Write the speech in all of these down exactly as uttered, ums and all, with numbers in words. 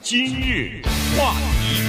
今日话题，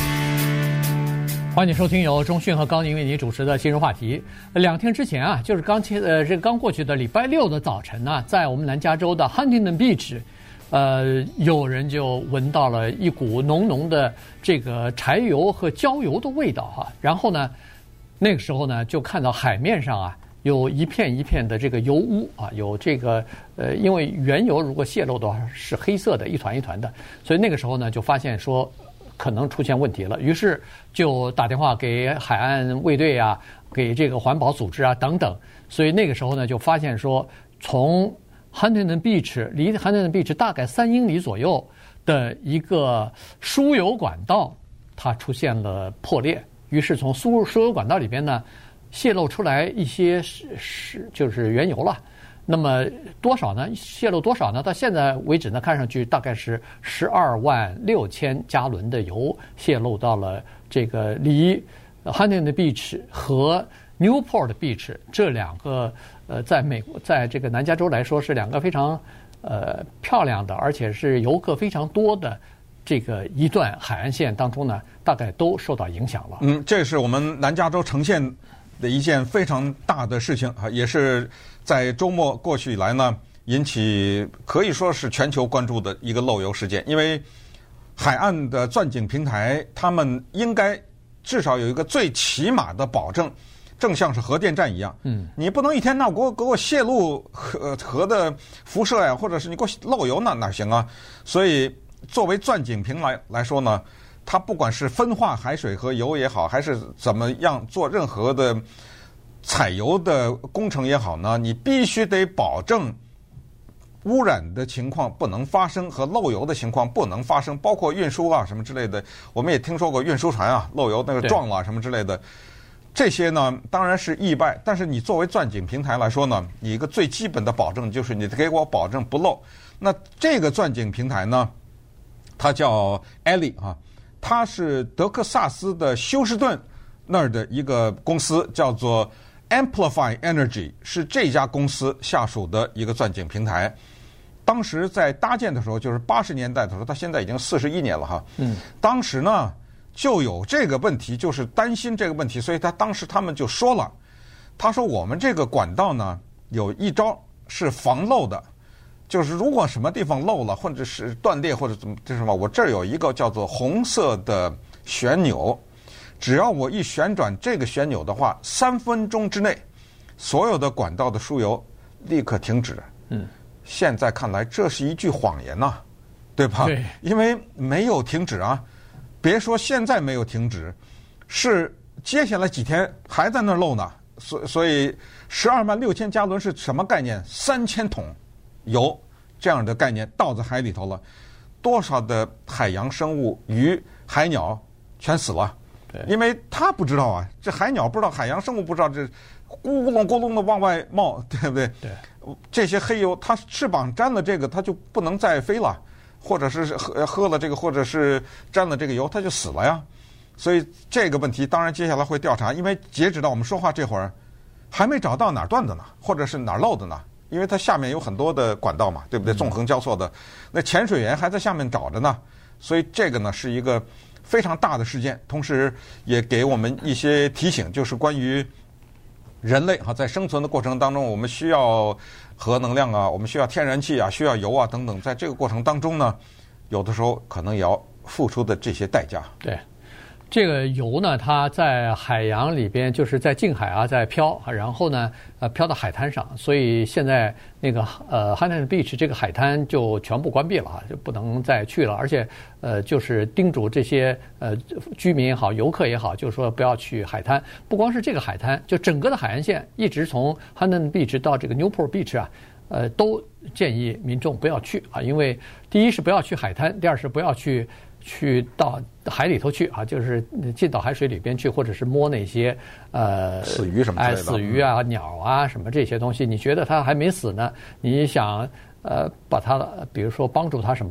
欢迎收听由钟迅和高宁为你主持的今日话题。两天之前啊，就是刚切呃这刚过去的礼拜六的早晨呢、啊，在我们南加州的 Huntington Beach， 呃，有人就闻到了一股浓浓的这个柴油和焦油的味道哈、啊。然后呢，那个时候呢，就看到海面上啊有一片一片的这个油污啊，有这个呃，因为原油如果泄漏的话是黑色的，一团一团的，所以那个时候呢就发现说可能出现问题了，于是就打电话给海岸卫队啊，给这个环保组织啊等等，所以那个时候呢就发现说，从 Huntington Beach 离 Huntington Beach 大概三英里左右的一个输油管道，它出现了破裂，于是从输输油管道里边呢泄露出来一些是是就是原油了。那么多少呢？泄露多少呢？到现在为止呢，看上去大概是十二万六千加仑的油泄露到了这个离 Huntington Beach 和 Newport Beach 这两个呃，在美国在这个南加州来说是两个非常呃漂亮的，而且是游客非常多的这个一段海岸线当中呢，大概都受到影响了。 嗯，这是我们南加州呈现的一件非常大的事情啊，也是在周末过去以来呢，引起可以说是全球关注的一个漏油事件。因为海岸的钻井平台，他们应该至少有一个最起码的保证，正像是核电站一样，嗯，你不能一天到晚给我给我泄露核核的辐射呀，或者是你给我漏油那哪行啊？所以作为钻井平台来说呢，它不管是分化海水和油也好，还是怎么样做任何的采油的工程也好呢，你必须得保证污染的情况不能发生和漏油的情况不能发生，包括运输啊什么之类的。我们也听说过运输船啊漏油那个撞了什么之类的，这些呢当然是意外，但是你作为钻井平台来说呢，你一个最基本的保证就是你给我保证不漏。那这个钻井平台呢，它叫 Ellie 啊，它是德克萨斯的休斯顿那儿的一个公司，叫做 Amplify Energy， 是这家公司下属的一个钻井平台。当时在搭建的时候，就是八十年代的时候，它现在已经四十一年了哈。嗯，当时呢就有这个问题，就是担心这个问题，所以他当时他们就说了，他说我们这个管道呢有一招是防漏的。就是如果什么地方漏了，或者是断裂，或者怎么这什么，我这儿有一个叫做红色的旋钮，只要我一旋转这个旋钮的话，三分钟之内，所有的管道的输油立刻停止。嗯，现在看来这是一句谎言呐、啊，对吧？对，因为没有停止啊，别说现在没有停止，是接下来几天还在那儿漏呢。所所以十二万六千加仑是什么概念？三千桶油这样的概念倒在海里头了，多少的海洋生物、鱼、海鸟全死了。对，因为他不知道啊，这海鸟不知道，海洋生物不知道，这咕隆咕隆的往外冒，对不对？对，这些黑油，它翅膀沾了这个，它就不能再飞了，或者是喝喝了这个，或者是沾了这个油，它就死了呀。所以这个问题当然接下来会调查，因为截止到我们说话这会儿，还没找到哪儿断的呢，或者是哪儿漏的呢。因为它下面有很多的管道嘛，对不对？纵横交错的，那潜水员还在下面找着呢，所以这个呢是一个非常大的事件，同时也给我们一些提醒，就是关于人类哈在生存的过程当中，我们需要核能量啊，我们需要天然气啊，需要油啊等等，在这个过程当中呢，有的时候可能也要付出的这些代价。 对。这个油呢，它在海洋里边，就是在近海啊，在飘，然后呢，呃，飘到海滩上，所以现在那个呃 Huntington Beach 这个海滩就全部关闭了啊，就不能再去了，而且呃，就是叮嘱这些呃居民也好，游客也好，就是说不要去海滩。不光是这个海滩，就整个的海岸线，一直从 Huntington Beach 到这个 Newport Beach 啊，呃，都建议民众不要去啊，因为第一是不要去海滩，第二是不要去。去到海里头去啊，就是进到海水里边去，或者是摸那些呃死鱼什么之类的， 哎，死鱼啊、鸟啊什么这些东西，你觉得它还没死呢，你想呃把它，比如说帮助它什么的，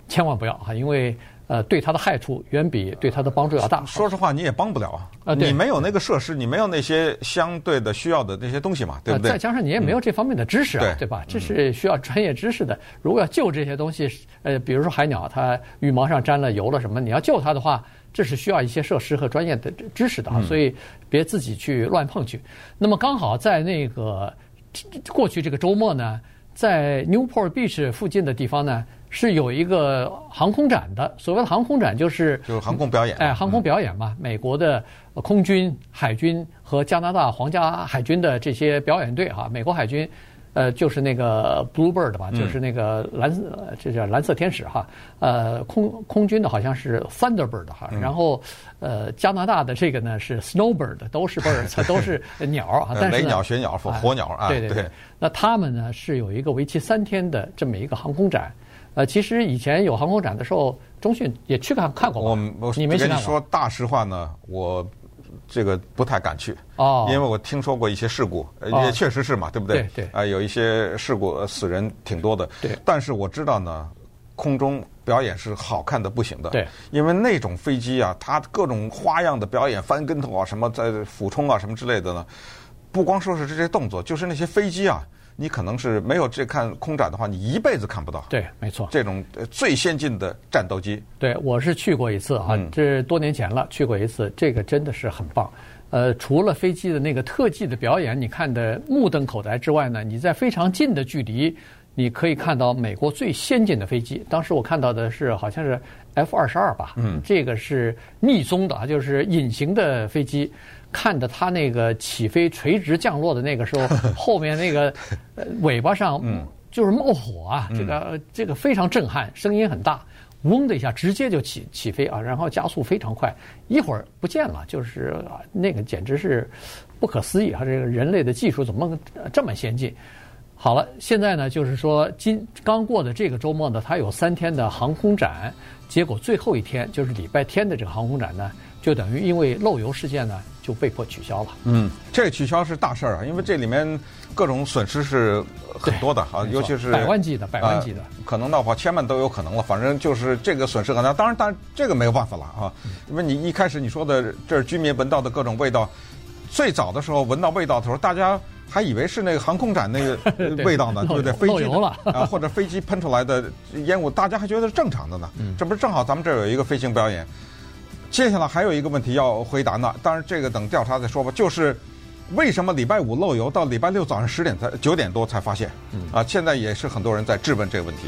千万不要啊，因为呃对它的害处远比对它的帮助要大。 说实话，你也帮不了啊， 啊你没有那个设施，你没有那些相对的需要的那些东西嘛，对不对？ 再加上你也没有这方面的知识啊， 嗯、 对吧？这是需要专业知识的。如果要救这些东西，呃，比如说海鸟，它羽毛上沾了油了什么，你要救它的话，这是需要一些设施和专业的知识的啊，所以别自己去乱碰去。那么刚好在那个过去这个周末呢，在 Newport Beach 附近的地方呢，是有一个航空展的。所谓的航空展就是就是航空表演， 哎，航空表演嘛，美国的空军、海军和加拿大皇家海军的这些表演队哈，美国海军。呃，就是那个 Bluebird 吧，就是那个蓝色，这叫蓝色天使哈。呃，空空军的好像是 Thunderbird 哈，然后呃，加拿大的这个呢是 Snowbird， 都是 birds， 都是鸟啊。但是雷鸟、雪鸟、火鸟啊。 对对对。那他们呢是有一个为期三天的这么一个航空展。呃，其实以前有航空展的时候，中讯也去看看过吧？ 我我你没去看过？ 跟你说大实话呢，我。这个不太敢去哦， 因为我听说过一些事故， 哦、 也确实是嘛，对不对？ 对对。 啊、呃，有一些事故死人挺多的。 对。 但是我知道呢，空中表演是好看的不行的。 对。 因为那种飞机啊，它各种花样的表演，翻跟头啊，什么在俯冲啊，什么之类的呢，不光说是这些动作，就是那些飞机啊。你可能是没有这看空展的话，你一辈子看不到。 对，没错。 这种最先进的战斗机。 对，我是去过一次啊， 嗯、 这多年前了，去过一次，这个真的是很棒。呃，除了飞机的那个特技的表演，你看的目瞪口呆之外呢，你在非常近的距离，你可以看到美国最先进的飞机。当时我看到的是好像是 F 二十二吧， 嗯， 这个是逆踪的啊，就是隐形的飞机。看着它那个起飞垂直降落的那个时候，后面那个尾巴上就是冒火啊，这个这个非常震撼，声音很大，嗡的一下直接就起起飞啊，然后加速非常快，一会儿不见了，就是那个简直是不可思议啊！这个人类的技术怎么这么先进？好了，现在呢，就是说今刚过的这个周末呢，它有三天的航空展，结果最后一天就是礼拜天的这个航空展呢，就等于因为漏油事件呢，就被迫取消了。 嗯，这个取消是大事儿啊，因为这里面各种损失是很多的啊，尤其是百万级的，百万级的，呃、 可能到跑千万都有可能了。反正就是这个损失很大。当然，当然这个没有办法了啊，因为你一开始你说的这是居民闻到的各种味道，最早的时候闻到味道的时候，大家还以为是那个航空展那个味道呢，对不对？飞机啊，或者飞机喷出来的烟雾，大家还觉得是正常的呢。 嗯、 这不是正好咱们这儿有一个飞行表演。接下来还有一个问题要回答呢，当然这个等调查再说吧。就是为什么礼拜五漏油，到礼拜六早上十点才九点多才发现？ 嗯、 啊，现在也是很多人在质问这个问题。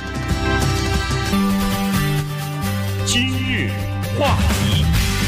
今日话题。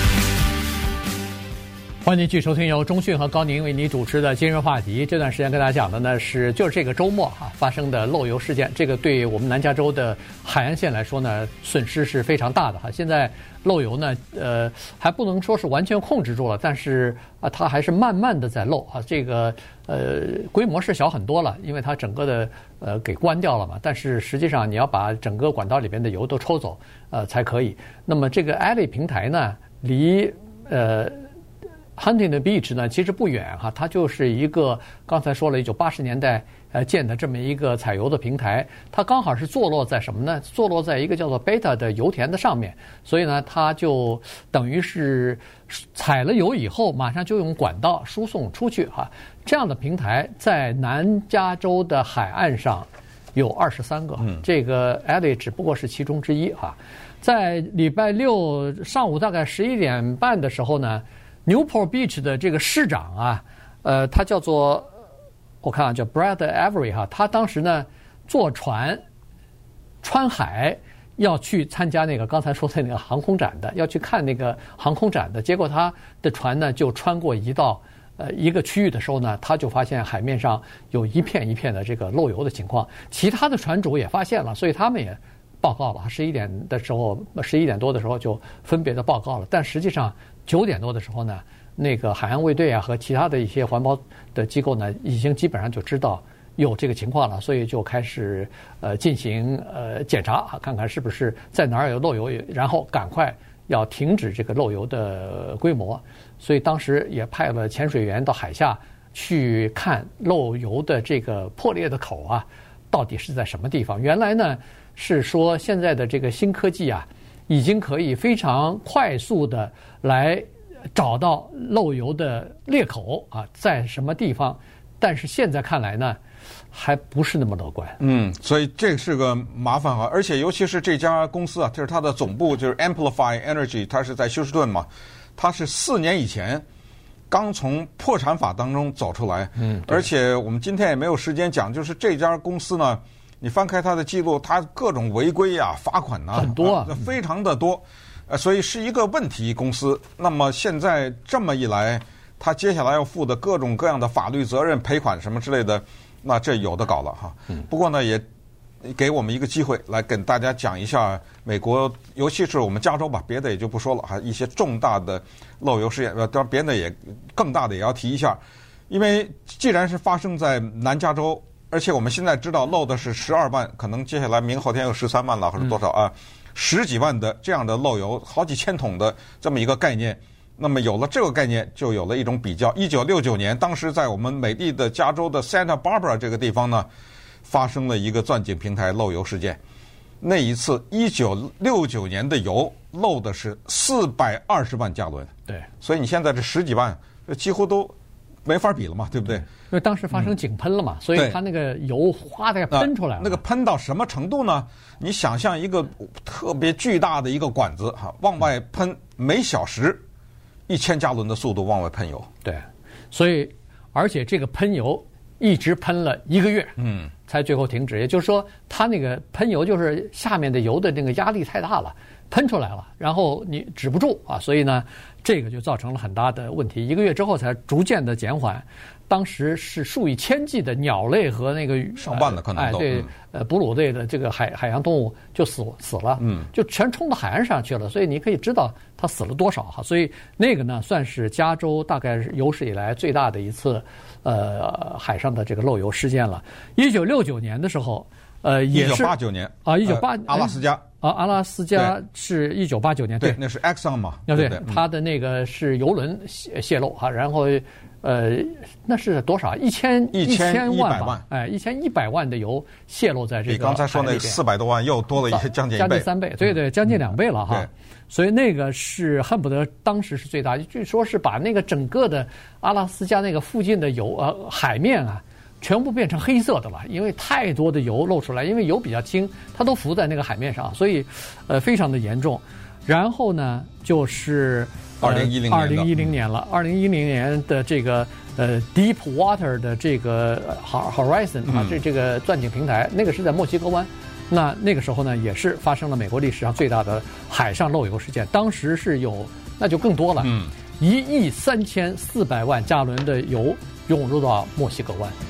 欢迎继续收听由钟讯和高宁为你主持的今日话题。这段时间跟大家讲的呢是就是这个周末哈、啊、发生的漏油事件，这个对我们南加州的海岸线来说呢损失是非常大的哈。现在漏油呢呃还不能说是完全控制住了，但是啊它还是慢慢的在漏啊，这个呃规模是小很多了，因为它整个的呃给关掉了嘛，但是实际上你要把整个管道里边的油都抽走呃才可以。那么这个 Alley 平台呢离呃Huntington Beach 呢，其实不远哈，它就是一个刚才说了，一九八十年代呃建的这么一个采油的平台，它刚好是坐落在什么呢？坐落在一个叫做 Beta 的油田的上面，所以呢，它就等于是采了油以后，马上就用管道输送出去哈。这样的平台在南加州的海岸上有二十三个， 嗯、 这个 Alley 只不过是其中之一哈。在礼拜六上午大概十一点半的时候呢。Newport Beach 的这个市长啊，呃，他叫做我看啊，叫 Brad Avery 哈，他当时呢坐船穿海要去参加那个刚才说的那个航空展的，要去看那个航空展的，结果他的船呢就穿过一道呃一个区域的时候呢，他就发现海面上有一片一片的这个漏油的情况，其他的船主也发现了，所以他们也报告了，十一点的时候，十一点多的时候就分别的报告了，但实际上。九点多的时候呢，那个海岸卫队啊和其他的一些环保的机构呢，已经基本上就知道有这个情况了，所以就开始呃进行呃检查啊，看看是不是在哪儿有漏油，然后赶快要停止这个漏油的规模。所以当时也派了潜水员到海下去看漏油的这个破裂的口啊，到底是在什么地方？原来呢是说现在的这个新科技啊，已经可以非常快速的来找到漏油的裂口啊，在什么地方？但是现在看来呢，还不是那么乐观。 嗯，所以这是个麻烦啊，而且尤其是这家公司啊，就是它的总部就是 Amplify Energy， 它是在休斯顿嘛，它是四年以前刚从破产法当中走出来。嗯，而且我们今天也没有时间讲，就是这家公司呢，你翻开它的记录，它各种违规啊、罚款呐、啊， 很多、啊呃，非常的多，呃，所以是一个问题公司。那么现在这么一来，它接下来要负的各种各样的法律责任、赔款什么之类的，那这有的搞了哈。不过呢，也给我们一个机会来跟大家讲一下美国，尤其是我们加州吧，别的也就不说了哈，一些重大的漏油事件，呃，当然别的也更大的也要提一下，因为既然是发生在南加州，而且我们现在知道漏的是十二万，可能接下来明后天有十三万了，或者多少啊，十几万的这样的漏油，好几千桶的这么一个概念。那么有了这个概念，就有了一种比较。一九六九年，当时在我们美丽的加州的 Santa Barbara 这个地方呢，发生了一个钻井平台漏油事件。那一次，一九六九年的油漏的是四百二十万加仑。 对， 所以你现在这十几万，几乎都没法比了嘛，对不对？ 因为当时发生井喷了嘛，嗯、所以它那个油哗的喷出来了、 呃。那个喷到什么程度呢？你想象一个特别巨大的一个管子哈，往外喷，每小时一千加仑的速度往外喷油。 对，所以而且这个喷油一直喷了一个月，嗯，才最后停止。也就是说，它那个喷油就是下面的油的那个压力太大了，喷出来了，然后你止不住啊，所以呢，这个就造成了很大的问题。一个月之后才逐渐的减缓。当时是数以千计的鸟类和那个上万的可能都、 呃、哎对、 嗯、 呃哺乳类的这个海海洋动物就死死了，嗯，就全冲到海岸上去了。所以你可以知道它死了多少哈。所以那个呢，算是加州大概是有史以来最大的一次呃海上的这个漏油事件了。一九六九年的时候，呃，也是一九八九年啊，一九八阿拉斯加啊，阿拉斯加是一九八九年， 对，那是 Exxon 嘛， 对对， 它的那个是油轮泄泄漏哈，然后。呃，那是多少？一千一千万吧？哎，一千一百万的油泄露在这个比刚才说那四百多万又多了一将近一倍， 将近三倍，对对，将近两倍了哈。所以那个是恨不得当时是最大，据说是把那个整个的阿拉斯加那个附近的油呃海面啊，全部变成黑色的了，因为太多的油漏出来，因为油比较轻，它都浮在那个海面上，所以呃非常的严重。然后呢，就是二零一零年二零一零年了，二零一零年的这个呃 Deep Water 的这个 Horizon 啊，这这个钻井平台，那个是在墨西哥湾。那那个时候呢，也是发生了美国历史上最大的海上漏油事件，当时是有那就更多了，一亿三千四百万加仑的油涌入到墨西哥湾。